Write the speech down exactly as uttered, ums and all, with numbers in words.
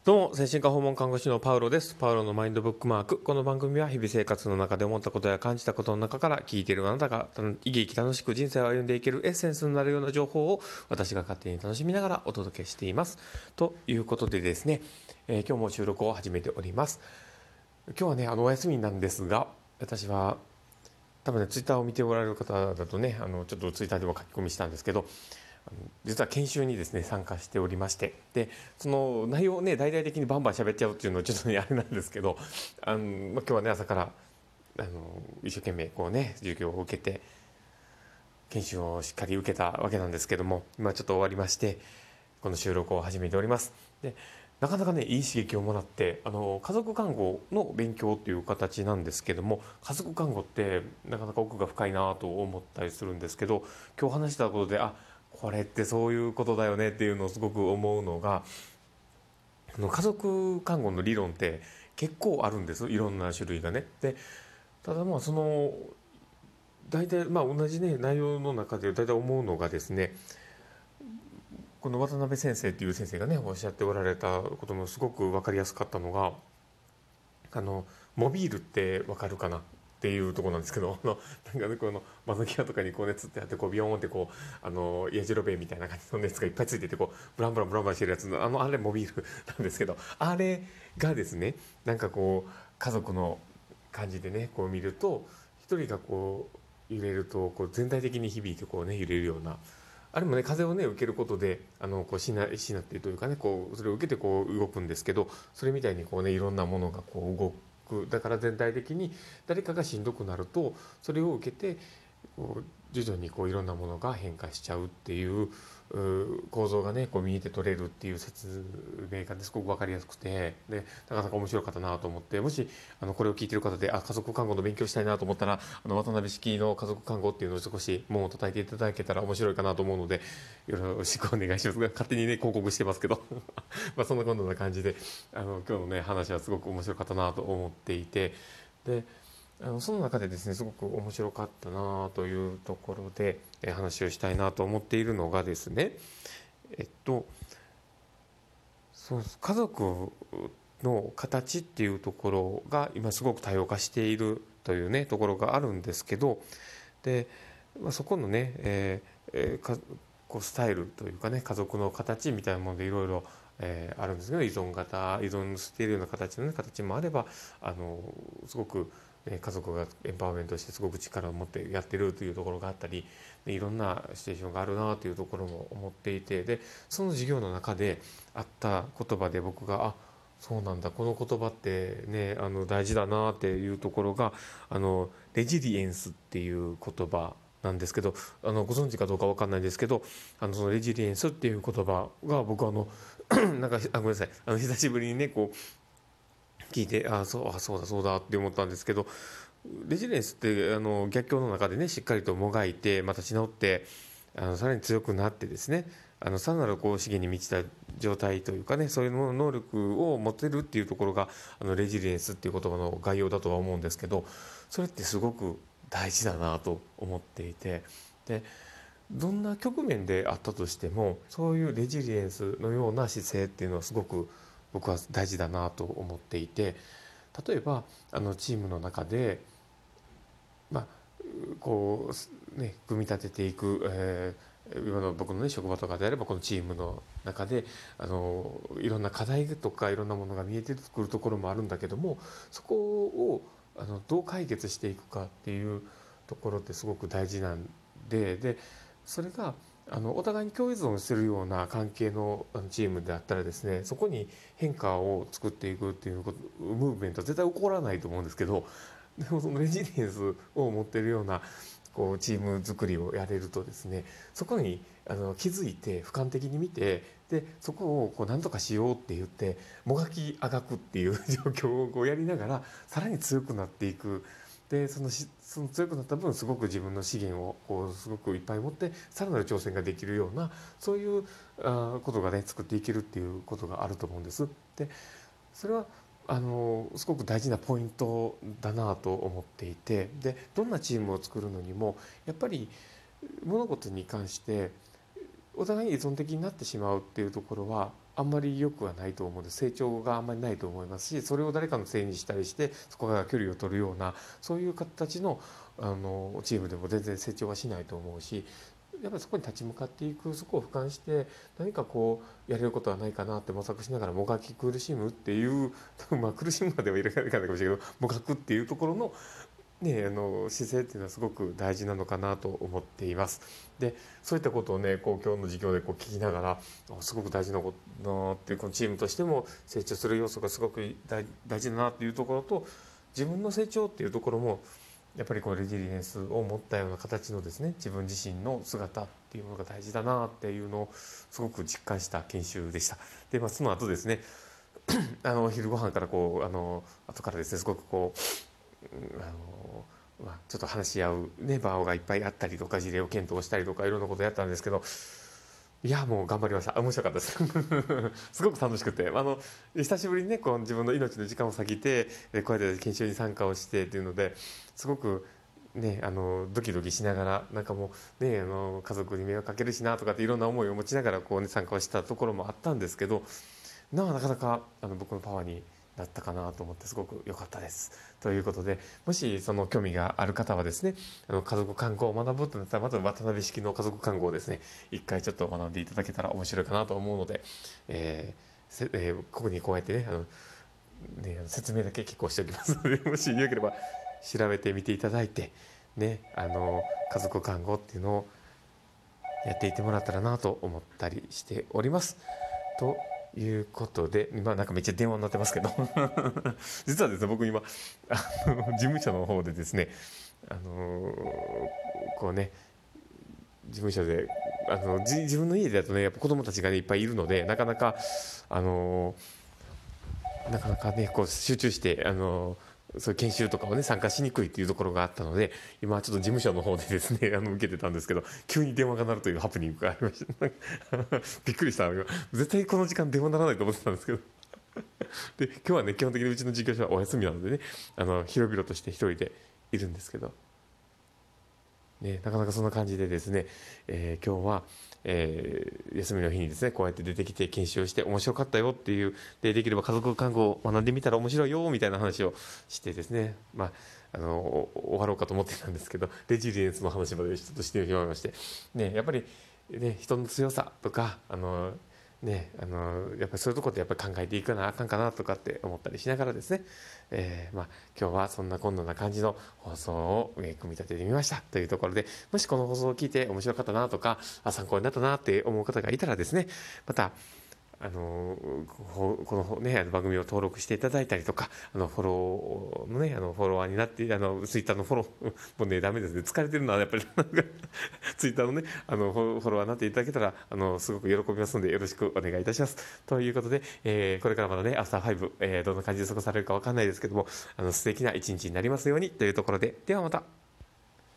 どうも、精神科訪問看護師のパウロです。パウロのマインドブックマーク。この番組は日々生活の中で思ったことや感じたことの中から聞いているあなたが生き生き楽しく人生を歩んでいけるエッセンスになるような情報を私が勝手に楽しみながらお届けしています。ということでですね、えー今日も収録を始めております。今日はね、あのお休みなんですが、私は多分ね、ツイッターを見ておられる方だとね、あのちょっとツイッターでも書き込みしたんですけど、実は研修にですね参加しておりまして、でその内容をね大々的にバンバン喋っちゃうっていうのはちょっとねあれなんですけど、あの、まあ、今日はね朝からあの一生懸命こうね授業を受けて研修をしっかり受けたわけなんですけども、今ちょっと終わりましてこの収録を始めております。でなかなかねいい刺激をもらって、あの家族看護の勉強っていう形なんですけども、家族看護ってなかなか奥が深いなと思ったりするんですけど、今日話したことであこれってそういうことだよねっていうのをすごく思うのが、あの家族看護の理論って結構あるんです、いろんな種類がね。でただまあその大体まあ同じね内容の中で大体思うのがですね、この渡辺先生っていう先生がねおっしゃっておられたこともすごく分かりやすかったのが、あのモビールって分かるかなっていうところなんですけど、あのなんかねこの窓際とかにこう熱ってあってこうビヨーンってこうあのやじろべえみたいな感じの熱がいっぱいついててこうブランブランブランブランしてるやつのあのあれモビールなんですけど、あれがですねなんかこう家族の感じでねこう見ると一人がこう揺れるとこう全体的に響いてこうね揺れるような、あれもね風をね受けることであのこうしなしなってというかねこうそれを受けてこう動くんですけど、それみたいにこうねいろんなものがこう動く、だから全体的に誰かがしんどくなるとそれを受けてこう徐々にこういろんなものが変化しちゃうっていうう構造がねこう見えて取れるっていう説明がねすごく分かりやすくて、でなかなか面白かったなと思って、もしあのこれを聞いてる方であ家族看護の勉強したいなと思ったら、あの渡辺式の家族看護っていうのを少し門を叩いていただけたら面白いかなと思うのでよろしくお願いします。勝手にね広告してますけどまあそんなこんな感じであの今日のね話はすごく面白かったなと思っていて、であのその中でですねすごく面白かったなというところでえ話をしたいなと思っているのがですね、えっとそう家族の形っていうところが今すごく多様化しているというねところがあるんですけど、で、まあ、そこのね、えーえーかこうスタイルというかね家族の形みたいなものでいろいろえーあるんですけど、依存型依存しているような形の、ね、形もあれば、あのすごく、ね、家族がエンパワーメントしてすごく力を持ってやってるというところがあったり、でいろんなシチュエーションがあるなというところも思っていて、でその授業の中であった言葉で僕があそうなんだこの言葉ってねあの大事だなっていうところが、あのレジリエンスっていう言葉なんですけど、あのご存知かどうか分かんないんですけど、あのそのレジリエンスっていう言葉が僕はあのなんかあごめんなさい、あの久しぶりにねこう聞いてあそうあそうだそうだって思ったんですけど、レジリエンスってあの逆境の中でねしっかりともがいてまた立ち直ってあのさらに強くなってですね、あのさらなるこう資源に満ちた状態というかねそういう能力を持てるっていうところがあのレジリエンスっていう言葉の概要だとは思うんですけど、それってすごく大事だなと思っていて、でどんな局面であったとしてもそういうレジリエンスのような姿勢っていうのはすごく僕は大事だなと思っていて、例えばあのチームの中でまあこうね組み立てていく、えー今の僕のね職場とかであればこのチームの中であのいろんな課題とかいろんなものが見えてくるところもあるんだけども、そこをあのどう解決していくかっていうところってすごく大事なんで、でそれがあのお互いに共依存するような関係のチームであったらですね、そこに変化を作っていくっていうことムーブメントは絶対起こらないと思うんですけど、でもそのレジリエンスを持っているようなこうチーム作りをやれるとですね、そこにあの気づいて俯瞰的に見て、でそこをこう何とかしようって言ってもがきあがくっていう状況をこうやりながらさらに強くなっていく。でそのしその強くなった分すごく自分の資源をこうすごくいっぱい持ってさらなる挑戦ができるようなそういうあことがね作っていけるっていうことがあると思うんです。でそれはあのすごく大事なポイントだなと思っていて、でどんなチームを作るのにもやっぱり物事に関してお互いに依存的になってしまうっていうところはあんまり良くはないと思うんです。成長があんまりないと思いますし、それを誰かのせいにしたりしてそこから距離を取るようなそういう形のあのチームでも全然成長はしないと思うし、やっぱりそこに立ち向かっていく、そこを俯瞰して何かこうやれることはないかなって模索しながらもがき苦しむっていう多分まあ苦しむまではいかないかもしれないけど、もがくっていうところのね、あの姿勢っていうのはすごく大事なのかなと思っています。でそういったことをねこう今日の授業でこう聞きながらすごく大事なことだなっていう、このチームとしても成長する要素がすごく大大事だなっていうところと、自分の成長っていうところもやっぱりこうレジリエンスを持ったような形のですね自分自身の姿っていうものが大事だなっていうのをすごく実感した研修でした。で、まあ、その後ですねあのお昼ご飯からこうあの後からですねすごくこうあのまあ、ちょっと話し合う、ね、場がいっぱいあったりとか事例を検討したりとかいろんなことやったんですけど、いやもう頑張りました。面白かったですすごく楽しくて、あの久しぶりにねこう自分の命の時間を割いてこうやって研修に参加をしてっていうのですごくねあのドキドキしながら、なんかもうねあの家族に迷惑かけるしなとかっていろんな思いを持ちながらこう、ね、参加をしたところもあったんですけど、ななかなかあの僕のパワーになったかなと思ってすごく良かったです。ということで、もしその興味がある方はですね、あの家族看護を学ぶとなったらまず渡辺式の家族看護をですね一回ちょっと学んでいただけたら面白いかなと思うので、えーせえーここにこうやってねあのね説明だけ結構しておきますのでもしよければ調べてみていただいてね、あの家族看護っていうのをやっていってもらったらなと思ったりしております。ということで、今なんかめっちゃ電話になってますけど実はですね僕今あの事務所の方でですねあのこうね事務所であのじ自分の家だとねやっぱ子供たちが、ね、いっぱいいるのでなかなかあのなかなかねこう集中してあのそういう研修とかをね参加しにくいっていうところがあったので、今ちょっと事務所の方でですねあの受けてたんですけど、急に電話が鳴るというハプニングがありましたびっくりした。絶対この時間電話鳴らないと思ってたんですけどで今日はね基本的にうちの事業所はお休みなのでねあの広々として一人でいるんですけど、ね、なかなかそんな感じでですね、えー、今日は、えー、休みの日にですねこうやって出てきて研修をして面白かったよっていう、でできれば家族看護を学んでみたら面白いよみたいな話をしてですね、まああの終わろうかと思ってたんですけど、レジリエンスの話までちょっとしてしまいまして、ね、やっぱり、ね、人の強さとかあのね、あのやっぱりそういうところってやっぱり考えていかなあかんかなとかって思ったりしながらですね、えーまあ、今日はそんなこんな感じの放送を、えー組み立ててみましたというところで、もしこの放送を聞いて面白かったなとかあ参考になったなって思う方がいたらですね、またあのこの、ね、あの番組を登録していただいたりとか、あのフォローのねあのフォロワーになってあのツイッターのフォローもうねダメですね、疲れてるのはやっぱりツイッターのねあのフォロワーになっていただけたらあのすごく喜びますのでよろしくお願いいたします。ということで、えー、これからまだねアフターファイブ、えー、どんな感じで過ごされるかわかんないですけども、あの素敵な一日になりますようにというところで、ではまた。